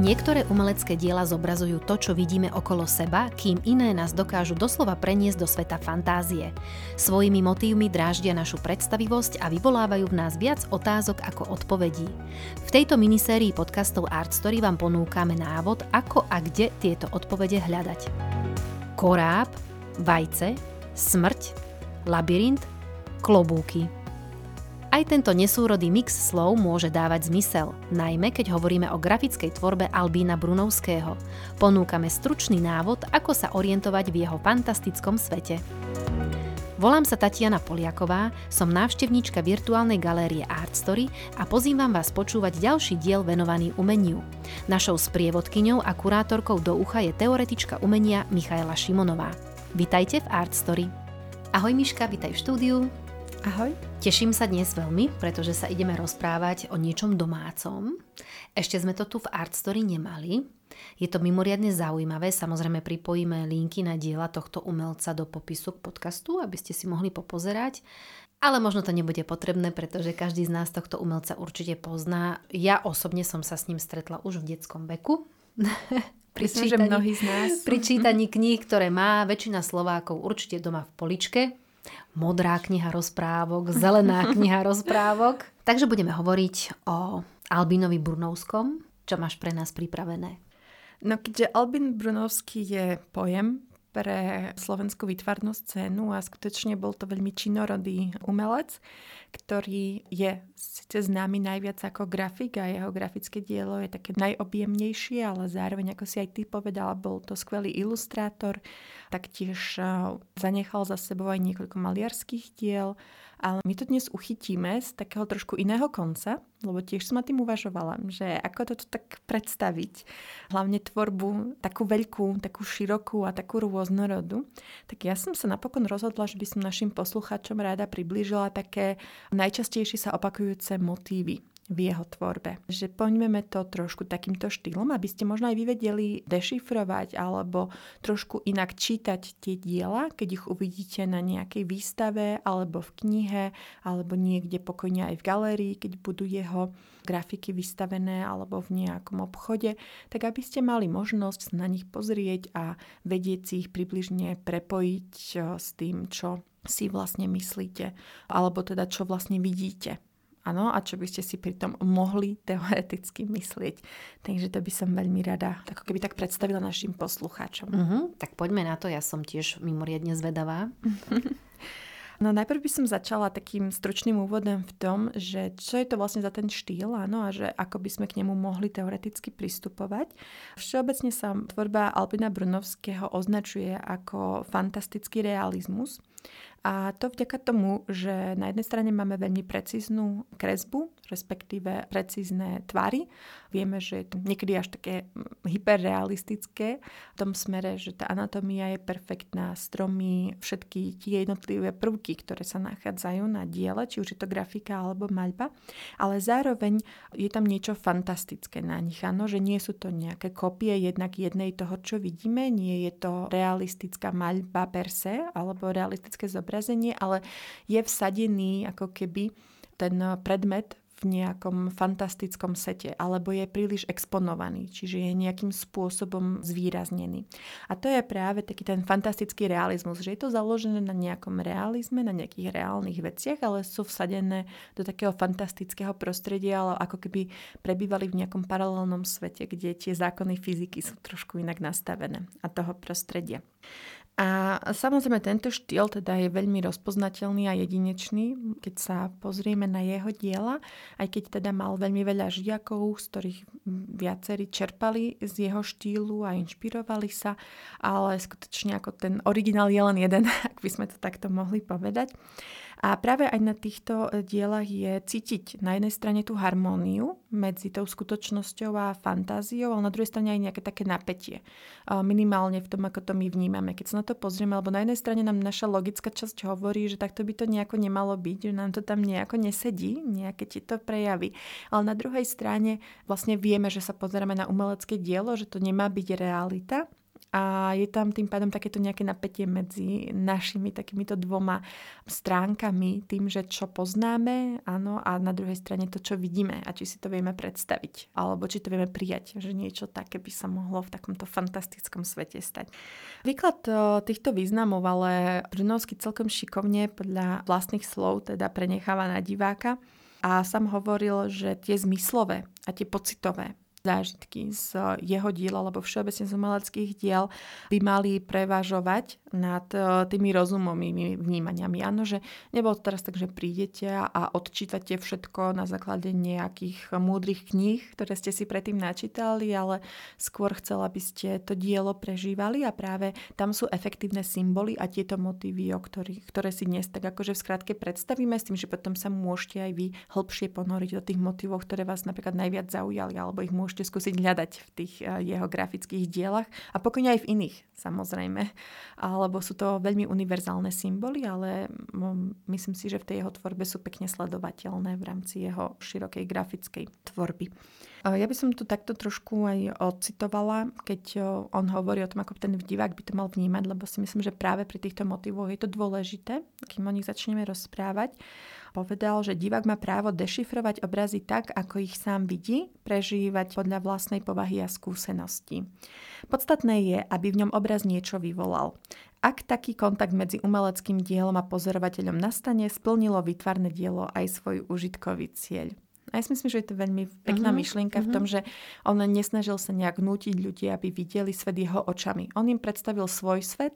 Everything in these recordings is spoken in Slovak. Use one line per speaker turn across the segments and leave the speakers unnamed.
Niektoré umelecké diela zobrazujú to, čo vidíme okolo seba, kým iné nás dokážu doslova preniesť do sveta fantázie. Svojimi motívmi dráždia našu predstavivosť a vyvolávajú v nás viac otázok ako odpovedí. V tejto minisérii podcastov Art Story vám ponúkame návod, ako a kde tieto odpovede hľadať. Koráb, vajce, smrť, labyrint, klobúky. Aj tento nesúrodý mix slov môže dávať zmysel, najmä keď hovoríme o grafickej tvorbe Albína Brunovského. Ponúkame stručný návod, ako sa orientovať v jeho fantastickom svete. Volám sa Tatiana Poliaková, som návštevníčka virtuálnej galérie Art Story a pozývam vás počúvať ďalší diel venovaný umeniu. Našou sprievodkyňou a kurátorkou do ucha je teoretička umenia Michaela Šimonová. Vitajte v Art Story. Ahoj Miška, vitaj v štúdiu.
Ahoj.
Teším sa dnes veľmi, pretože sa ideme rozprávať o niečom domácom. Ešte sme to tu v Art Story nemali. Je to mimoriadne zaujímavé, samozrejme pripojíme linky na diela tohto umelca do popisu k podcastu, aby ste si mohli popozerať. Ale možno to nebude potrebné, pretože každý z nás tohto umelca určite pozná. Ja osobne som sa s ním stretla už v detskom veku.
Pri
čítaní kníh, ktoré má väčšina Slovákov určite doma v poličke. Modrá kniha rozprávok, zelená kniha rozprávok. Takže budeme hovoriť o Albínovi Brunovskom. Čo máš pre nás pripravené?
No keďže Albín Brunovský je pojem pre slovenskú výtvarnú scénu a skutočne bol to veľmi činorodý umelec, ktorý je síce známy najviac ako grafik a jeho grafické dielo je také najobjemnejšie, ale zároveň, ako si aj ty povedala, bol to skvelý ilustrátor, taktiež zanechal za sebou aj niekoľko maliarských diel, ale my to dnes uchytíme z takého trošku iného konca, lebo tiež som nad tým uvažovala, že ako toto tak predstaviť, hlavne tvorbu takú veľkú, takú širokú a takú rôznorodú. Tak ja som sa napokon rozhodla, že by som našim poslucháčom rada priblížila také najčastejšie sa opakujúce motívy v jeho tvorbe. Že poňmeme to trošku takýmto štýlom, aby ste možno aj vy vedeli dešifrovať alebo trošku inak čítať tie diela, keď ich uvidíte na nejakej výstave alebo v knihe alebo niekde pokojne aj v galérii, keď budú jeho grafiky vystavené alebo v nejakom obchode, tak aby ste mali možnosť na nich pozrieť a vedieť si ich približne prepojiť s tým, čo si vlastne myslíte alebo teda čo vlastne vidíte. Áno, a čo by ste si pri tom mohli teoreticky myslieť. Takže to by som veľmi rada, ako keby tak predstavila našim poslucháčom.
Tak poďme na to, ja som tiež mimoriadne zvedavá.
No najprv by som začala takým stručným úvodom v tom, že čo je to vlastne za ten štýl, áno, a že ako by sme k nemu mohli teoreticky pristupovať. Všeobecne sa tvorba Albína Brunovského označuje ako fantastický realizmus. A to vďaka tomu, že na jednej strane máme veľmi precíznu kresbu, respektíve precízne tvary. Vieme, že je to niekedy až také hyperrealistické v tom smere, že tá anatómia je perfektná, stromy, všetky tie jednotlivé prvky, ktoré sa nachádzajú na diele, či už je to grafika alebo maľba. Ale zároveň je tam niečo fantastické na nich, áno, že nie sú to nejaké kopie jednak jednej toho, čo vidíme, nie je to realistická maľba per se, alebo realistické zobrazenie, ale je vsadený ako keby ten predmet v nejakom fantastickom sete, alebo je príliš exponovaný, čiže je nejakým spôsobom zvýraznený. A to je práve taký ten fantastický realizmus, že je to založené na nejakom realizme, na nejakých reálnych veciach, ale sú vsadené do takého fantastického prostredia, ale ako keby prebývali v nejakom paralelnom svete, kde tie zákony fyziky sú trošku inak nastavené a toho prostredia. A samozrejme tento štýl teda je veľmi rozpoznateľný a jedinečný, keď sa pozrieme na jeho diela, aj keď teda mal veľmi veľa žiakov, z ktorých viacerí čerpali z jeho štýlu a inšpirovali sa, ale skutočne ako ten originál je len jeden, ak by sme to takto mohli povedať. A práve aj na týchto dielach je cítiť na jednej strane tú harmóniu medzi tou skutočnosťou a fantáziou, ale na druhej strane aj nejaké také napätie. Minimálne v tom, ako to my vnímame. Keď sa na to pozrieme, alebo na jednej strane nám naša logická časť hovorí, že takto by to nejako nemalo byť, že nám to tam nejako nesedí, nejaké tieto prejavy. Ale na druhej strane vlastne vieme, že sa pozeráme na umelecké dielo, že to nemá byť realita, a je tam tým pádom takéto nejaké napätie medzi našimi takýmito dvoma stránkami, tým, že čo poznáme, áno, a na druhej strane to, čo vidíme a či si to vieme predstaviť, alebo či to vieme prijať, že niečo také by sa mohlo v takomto fantastickom svete stať. Výklad týchto významov ale Brunovský celkom šikovne podľa vlastných slov teda prenecháva na diváka a sám hovoril, že tie zmyslové a tie pocitové zážitky z jeho diel alebo všeobecne z umeleckých diel by mali prevažovať nad tými rozumovými vnímaniami. Áno, že nebolo to teraz tak, že prídete a odčítate všetko na základe nejakých múdrych kníh, ktoré ste si predtým načítali, ale skôr chcela, aby ste to dielo prežívali a práve tam sú efektívne symboly a tieto motívy, ktoré si dnes tak akože v skratke predstavíme, s tým, že potom sa môžete aj vy hlbšie ponoriť do tých motívov, ktoré vás napríklad najviac zaujali, alebo ich môžete skúsiť hľadať v tých jeho grafických dielach a pokojne aj v iných, samozrejme. Alebo sú to veľmi univerzálne symboly, ale myslím si, že v tej jeho tvorbe sú pekne sledovateľné v rámci jeho širokej grafickej tvorby. Ja by som tu takto trošku aj ocitovala, keď on hovorí o tom, ako ten divák by to mal vnímať, lebo si myslím, že práve pri týchto motívoch je to dôležité, kým o nich začneme rozprávať. Povedal, že divák má právo dešifrovať obrazy tak, ako ich sám vidí, prežívať podľa vlastnej povahy a skúseností. Podstatné je, aby v ňom obraz niečo vyvolal. Ak taký kontakt medzi umeleckým dielom a pozorovateľom nastane, splnilo výtvarné dielo aj svoj užitkový cieľ. A ja si myslím, že je to veľmi pekná myšlienka v tom, že on nesnažil sa nejak nútiť ľudí, aby videli svet jeho očami. On im predstavil svoj svet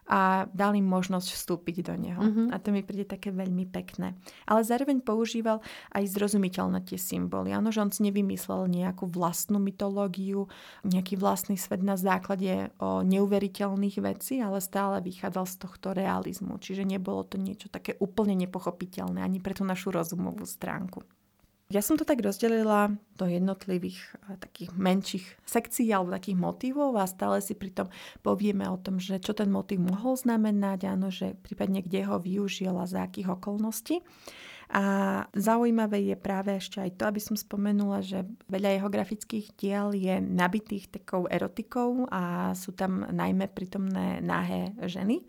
a dal im možnosť vstúpiť do neho. A to mi príde také veľmi pekné. Ale zároveň používal aj zrozumiteľné tie symboly. Áno, že on si nevymyslel nejakú vlastnú mytológiu, nejaký vlastný svet na základe neuveriteľných vecí, ale stále vychádzal z tohto realizmu. Čiže nebolo to niečo také úplne nepochopiteľné ani pre tú našu rozumovú stránku. Ja som to tak rozdelila do jednotlivých takých menších sekcií alebo takých motívov a stále si pritom povieme o tom, že čo ten motív mohol znamenať, áno, že prípadne kde ho využil a za akých okolností. A zaujímavé je práve ešte aj to, aby som spomenula, že veľa jeho grafických diel je nabitých takou erotikou a sú tam najmä prítomné nahé ženy.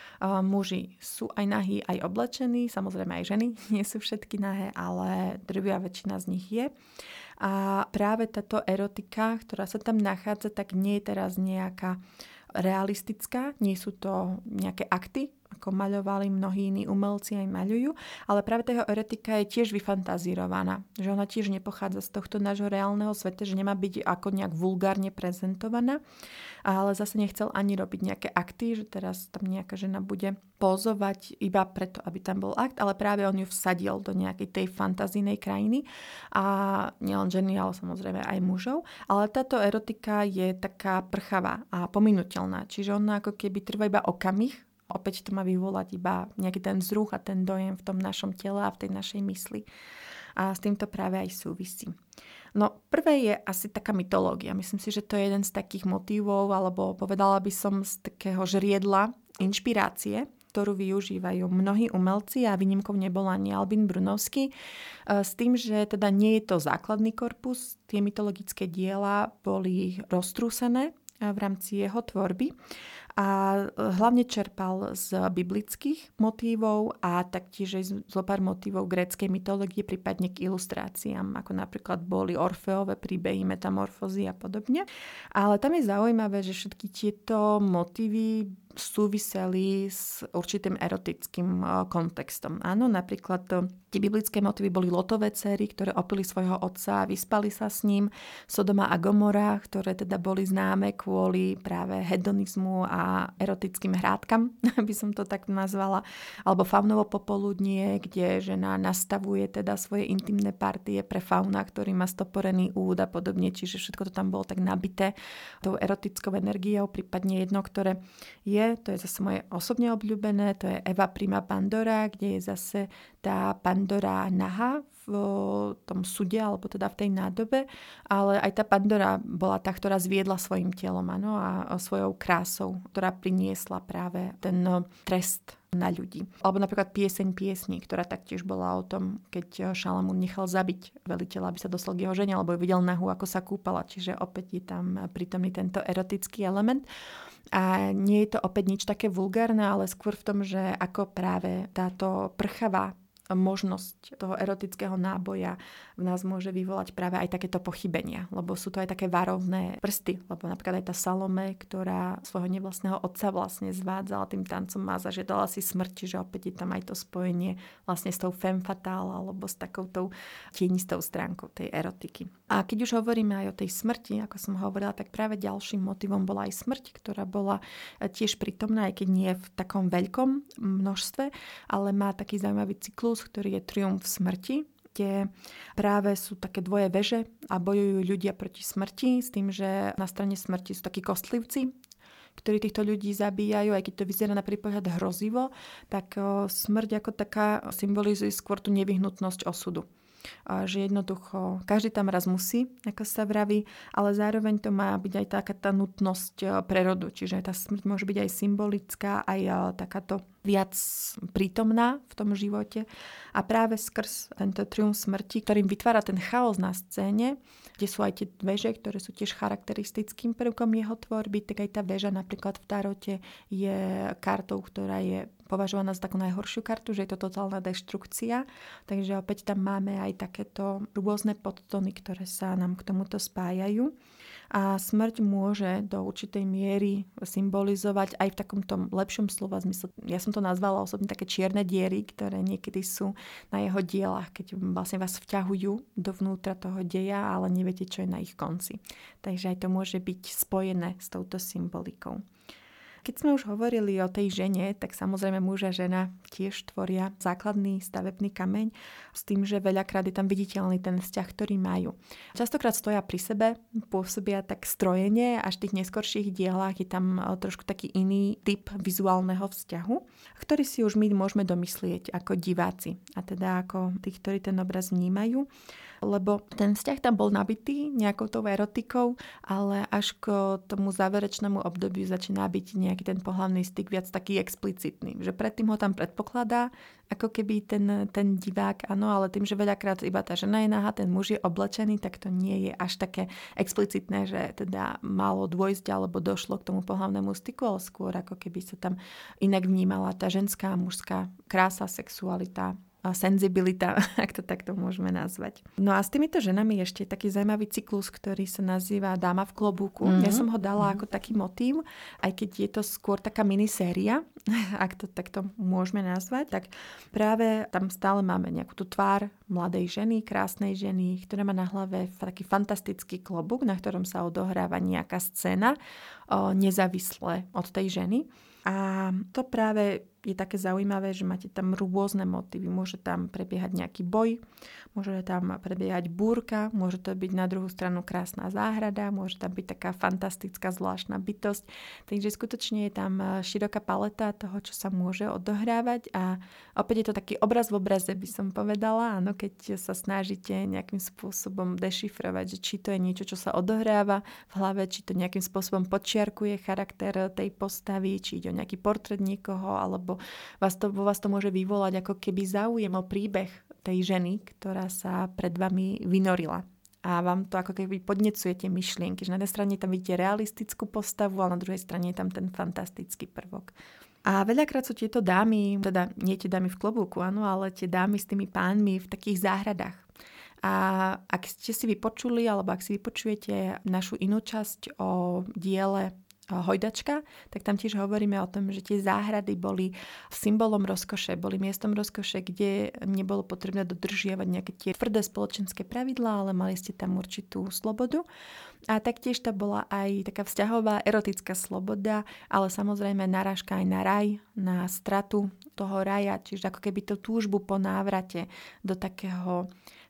Muži sú aj nahí, aj oblečení, samozrejme aj ženy, nie sú všetky nahé, ale drvivá väčšina z nich je. A práve táto erotika, ktorá sa tam nachádza, tak nie je teraz nejaká realistická, nie sú to nejaké akty, ako maľovali mnohí iní umelci aj maľujú, ale práve tá erotika je tiež vyfantazírovaná, že ona tiež nepochádza z tohto nášho reálneho sveta, že nemá byť ako nejak vulgárne prezentovaná, ale zase nechcel ani robiť nejaké akty, že teraz tam nejaká žena bude pózovať iba preto, aby tam bol akt, ale práve on ju vsadil do nejakej tej fantazijnej krajiny a nielen ženy, ale samozrejme aj mužov, ale táto erotika je taká prchavá a pominuteľná, čiže ona ako keby trvá iba okamih. Opäť to má vyvolať iba nejaký ten vzruch a ten dojem v tom našom tele a v tej našej mysli. A s týmto práve aj súvisí. No, prvé je asi taká mytológia. Myslím si, že to je jeden z takých motívov, alebo povedala by som z takého žriedla inšpirácie, ktorú využívajú mnohí umelci a výnimkou nebol ani Albin Brunovský. S tým, že teda nie je to základný korpus, tie mytologické diela boli roztrúsené v rámci jeho tvorby. A hlavne čerpal z biblických motívov a taktiež aj zo pár motívov gréckej mytológie, prípadne k ilustráciám, ako napríklad boli Orfeové príbehy, metamorfózy a podobne. Ale tam je zaujímavé, že všetky tieto motívy súviseli s určitým erotickým kontextom. Áno, napríklad tie biblické motívy boli Lotové dcery, ktoré opili svojho otca a vyspali sa s ním, Sodoma a Gomora, ktoré teda boli známe kvôli práve hedonizmu a erotickým hrádkam, by som to tak nazvala, alebo Faunovo popoludnie, kde žena nastavuje teda svoje intimné partie pre Fauna, ktorý má stoporený úd a podobne, čiže všetko to tam bolo tak nabité tou erotickou energiou, prípadne jedno, ktoré je to je zase moje osobne obľúbené, to je Eva Prima Pandora, kde je zase tá Pandora nahá v tom súde, alebo teda v tej nádobe, ale aj tá Pandora bola tá, ktorá zviedla svojim telom, áno, a svojou krásou, ktorá priniesla práve ten trest na ľudí. Alebo napríklad Pieseň piesní, ktorá taktiež bola o tom, keď Šalamún nechal zabiť veliteľa, aby sa dostal k jeho žene, alebo videl nahú, ako sa kúpala. Čiže opäť je tam prítomný tento erotický element. A nie je to opäť nič také vulgárne, ale skôr v tom, že ako práve táto prchavá možnosť toho erotického náboja v nás môže vyvolať práve aj takéto pochybenia, lebo sú to aj také varovné prsty, lebo napríklad aj tá Salome, ktorá svojho nevlastného otca vlastne zvádzala tým tancom a zažiadala si smrť, čiže opäť je tam aj to spojenie vlastne s tou femme fatale alebo s takoutou tienistou stránkou tej erotiky. A keď už hovoríme aj o tej smrti, ako som hovorila, tak práve ďalším motivom bola aj smrť, ktorá bola tiež prítomná, aj keď nie v takom veľkom množstve, ale má taký zaujímavý cyklus, ktorý je Triumf smrti, kde práve sú také dvoje veže a bojujú ľudia proti smrti s tým, že na strane smrti sú takí kostlivci, ktorí týchto ľudí zabíjajú, aj keď to vyzerá na prvý pohľad hrozivo, tak smrť ako taká symbolizuje skôr tú nevyhnutnosť osudu. Že jednoducho každý tam raz musí, ako sa vraví, ale zároveň to má byť aj taká tá nutnosť prerodu. Čiže tá smrť môže byť aj symbolická, aj takáto viac prítomná v tom živote. A práve skrz tento triumf smrti, ktorým vytvára ten chaos na scéne, kde sú aj tie veže, ktoré sú tiež charakteristickým prvkom jeho tvorby, tak aj tá väža napríklad v tarote je kartou, ktorá je považovaná za takú najhoršiu kartu, že je to totálna deštrukcia. Takže opäť tam máme aj takéto rôzne podtóny, ktoré sa nám k tomuto spájajú. A smrť môže do určitej miery symbolizovať aj v takomto lepšom slova zmysle. Ja som to nazvala osobne také čierne diery, ktoré niekedy sú na jeho dielach, keď vlastne vás vťahujú dovnútra toho deja, ale neviete, čo je na ich konci. Takže aj to môže byť spojené s touto symbolikou. Keď sme už hovorili o tej žene, tak samozrejme muž a žena tiež tvoria základný stavebný kameň s tým, že veľakrát je tam viditeľný ten vzťah, ktorý majú. Častokrát stoja pri sebe, pôsobia tak strojene, až v tých neskorších dielách je tam trošku taký iný typ vizuálneho vzťahu, ktorý si už my môžeme domyslieť ako diváci a teda ako tí, ktorí ten obraz vnímajú. Lebo ten vzťah tam bol nabitý nejakou tou erotikou, ale až k tomu záverečnému obdobiu začína byť nejaký ten pohlavný styk viac taký explicitný. Že predtým ho tam predpokladá, ako keby ten divák, áno, ale tým, že veľakrát iba tá žena je nahá, ten muž je oblečený, tak to nie je až také explicitné, že teda malo dôjsť alebo došlo k tomu pohlavnému styku, ale skôr ako keby sa tam inak vnímala tá ženská a mužská krása, sexualita, senzibilita, ak to takto môžeme nazvať. No a s týmito ženami ešte taký zaujímavý cyklus, ktorý sa nazýva Dáma v klobúku. Ja som ho dala ako taký motív, aj keď je to skôr taká miniséria, ak to takto môžeme nazvať, tak práve tam stále máme nejakú tú tvár mladej ženy, krásnej ženy, ktorá má na hlave taký fantastický klobúk, na ktorom sa odohráva nejaká scéna, nezávisle od tej ženy. A to práve je také zaujímavé, že máte tam rôzne motívy. Môže tam prebiehať nejaký boj, môže tam prebiehať búrka, môže to byť na druhú stranu krásna záhrada, môže tam byť taká fantastická zvláštna bytosť. Takže skutočne je tam široká paleta toho, čo sa môže odohrávať a opäť je to taký obraz v obraze, by som povedala. Áno, keď sa snažíte nejakým spôsobom dešifrovať, že či to je niečo, čo sa odohráva v hlave, či to nejakým spôsobom podčiarkuje charakter tej postavy, či ide o nejaký portrét niekoho, alebo vo vás to môže vyvolať ako keby záujem o príbeh tej ženy, ktorá sa pred vami vynorila. A vám to ako keby podnecuje tie myšlienky, že na jednej strane tam vidíte realistickú postavu, a na druhej strane je tam ten fantastický prvok. A veľakrát sú tieto dámy, teda nie tie dámy v klobúku, áno, ale tie dámy s tými pánmi v takých záhradách. A ak ste si vypočuli, alebo ak si vypočujete našu inú časť o diele Hojdačka, tak tam tiež hovoríme o tom, že tie záhrady boli symbolom rozkoše, boli miestom rozkoše, kde nebolo potrebné dodržiavať nejaké tie tvrdé spoločenské pravidlá, ale mali ste tam určitú slobodu. A taktiež to bola aj taká vzťahová erotická sloboda, ale samozrejme narážka aj na raj, na stratu toho raja, čiže ako keby tú túžbu po návrate do takého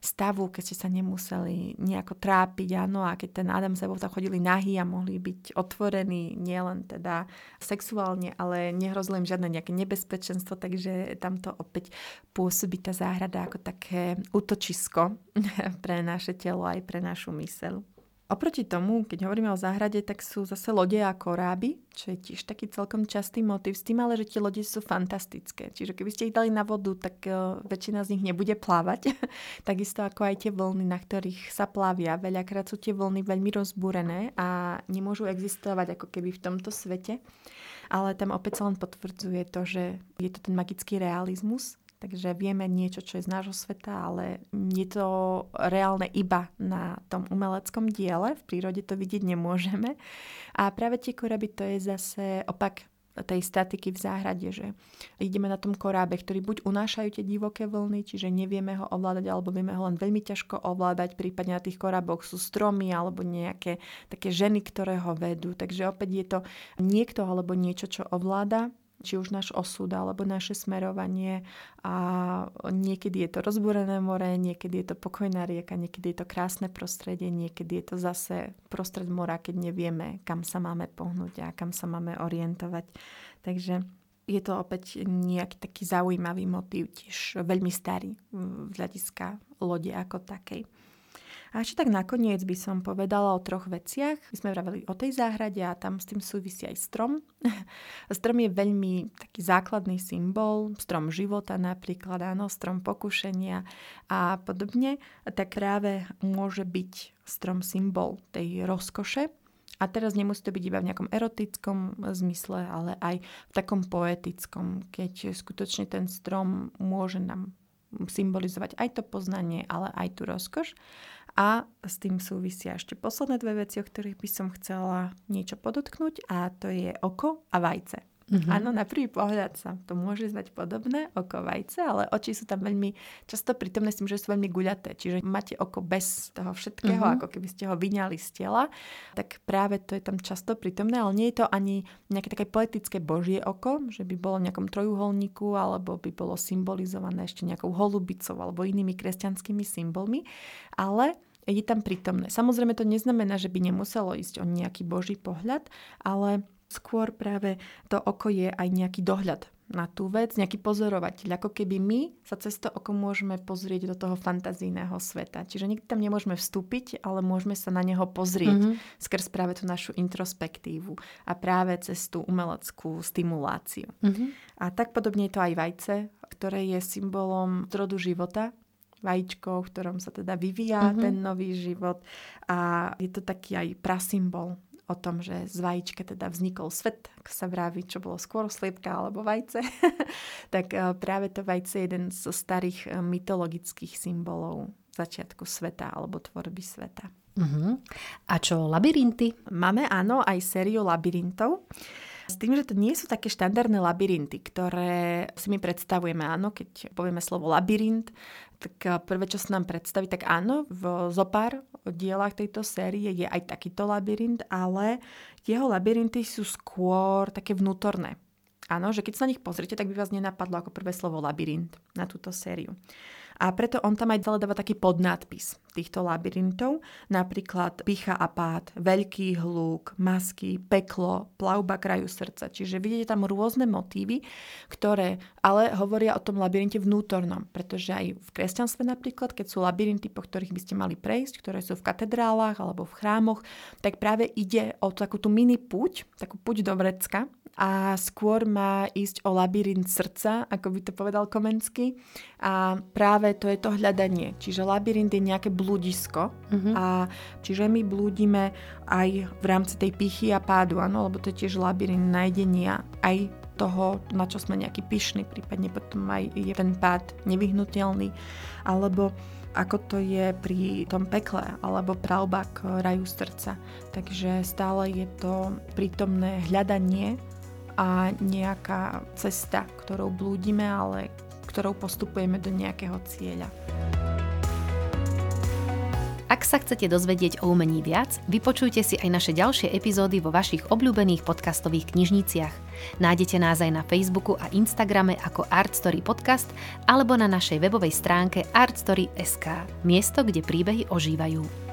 stavu, keď ste sa nemuseli nejako trápiť, áno, a keď ten Adam s Evou tam chodili nahý a mohli byť otvorení nielen teda sexuálne, ale nehrozilo im žiadne nejaké nebezpečenstvo, takže tam to opäť pôsobí tá záhrada ako také útočisko pre naše telo aj pre našu myseľ. Oproti tomu, keď hovoríme o záhrade, tak sú zase lode a koráby, čo je tiež taký celkom častý motív s tým, ale že tie lode sú fantastické. Čiže keby ste ich dali na vodu, tak väčšina z nich nebude plávať. Takisto ako aj tie vlny, na ktorých sa plávia. Veľakrát sú tie vlny veľmi rozbúrené a nemôžu existovať ako keby v tomto svete. Ale tam opäť sa len potvrdzuje to, že je to ten magický realizmus. Takže vieme niečo, čo je z nášho sveta, ale je to reálne iba na tom umeleckom diele. V prírode to vidieť nemôžeme. A práve tie koráby, to je zase opak tej statiky v záhrade, že ideme na tom korábe, ktorý buď unášajú tie divoké vlny, čiže nevieme ho ovládať, alebo vieme ho len veľmi ťažko ovládať, prípadne na tých koráboch sú stromy alebo nejaké také ženy, ktoré ho vedú. Takže opäť je to niekto alebo niečo, čo ovláda, či už náš osud alebo naše smerovanie, a niekedy je to rozbúrené more, niekedy je to pokojná rieka, niekedy je to krásne prostredie, niekedy je to zase prostred mora, keď nevieme, kam sa máme pohnúť a kam sa máme orientovať. Takže je to opäť nejaký taký zaujímavý motív, tiež veľmi starý z hľadiska lode ako takej. A ešte tak nakoniec by som povedala o 3 veciach. My sme vraveli o tej záhrade a tam s tým súvisí aj strom. Strom je veľmi taký základný symbol, strom života napríklad, áno, strom pokušenia a podobne. Tak práve môže byť strom symbol tej rozkoše. A teraz nemusí to byť iba v nejakom erotickom zmysle, ale aj v takom poetickom, keď skutočne ten strom môže nám symbolizovať aj to poznanie, ale aj tú rozkoš. A s tým súvisia ešte posledné 2 veci, o ktorých by som chcela niečo podotknúť, a to je oko a vajce. Áno, na prvý pohľad sa to môže zdať podobné, oko, vajce, ale oči sú tam veľmi často prítomné s tým, že sú veľmi guľaté. Čiže máte oko bez toho všetkého, ako keby ste ho vyňali z tela, tak práve to je tam často prítomné, ale nie je to ani nejaké také poetické božie oko, že by bolo v nejakom trojuholníku, alebo by bolo symbolizované ešte nejakou holubicou alebo inými kresťanskými symbolmi, ale je tam prítomné. Samozrejme to neznamená, že by nemuselo ísť o nejaký boží pohľad, ale skôr práve to oko je aj nejaký dohľad na tú vec, nejaký pozorovateľ, ako keby my sa cez to oko môžeme pozrieť do toho fantazijného sveta. Čiže nikdy tam nemôžeme vstúpiť, ale môžeme sa na neho pozrieť skrz práve tú našu introspektívu a práve cez tú umeleckú stimuláciu. A tak podobne je to aj vajce, ktoré je symbolom zrodu života, vajíčko, v ktorom sa teda vyvíja ten nový život, a je to taký aj prasymbol o tom, že z vajíčka teda vznikol svet, ako sa vraví, čo bolo skôr sliepka alebo vajce. Tak práve to vajce je jeden zo starých mytologických symbolov začiatku sveta alebo tvorby sveta.
A čo labyrinty?
Máme, áno, aj sériu labyrintov. S tým, že to nie sú také štandardné labyrinty, ktoré si my predstavujeme. Áno, keď povieme slovo labyrint, tak prvé, čo sa nám predstaví, tak áno, v zopár dielách tejto série je aj takýto labyrint, ale jeho labyrinty sú skôr také vnútorné. Áno, že keď sa na nich pozrite, tak by vás nenapadlo ako prvé slovo labyrint na túto sériu. A preto on tam aj dáva taký podnádpis týchto labyrintov, napríklad Pýcha a pád, Veľký hluk, Masky, Peklo, Plavba kraju srdca. Čiže vidíte tam rôzne motívy, ktoré ale hovoria o tom labyrinte vnútornom, pretože aj v kresťanstve napríklad, keď sú labyrinty, po ktorých by ste mali prejsť, ktoré sú v katedrálach alebo v chrámoch, tak práve ide o takú tú mini púť, takú púť do vrecka, a skôr má ísť o labyrint srdca, ako by to povedal Komenský. A práve to je to hľadanie. Čiže labyrint je nejaké blúdisko. A čiže my blúdime aj v rámci tej pýchy a pádu, áno, lebo to je tiež labyrint nájdenia aj toho, na čo sme nejaký pyšný, prípadne potom aj je ten pád nevyhnutelný, alebo ako to je pri tom pekle, alebo plavba k raju srdca. Takže stále je to prítomné hľadanie a nejaká cesta, ktorou blúdime, ale ktorou postupujeme do nejakého cieľa.
Ak sa chcete dozvedieť o umení viac, vypočujte si aj naše ďalšie epizódy vo vašich obľúbených podcastových knižniciach. Nájdete nás aj na Facebooku a Instagrame ako Artstory Podcast alebo na našej webovej stránke artstory.sk, miesto, kde príbehy ožívajú.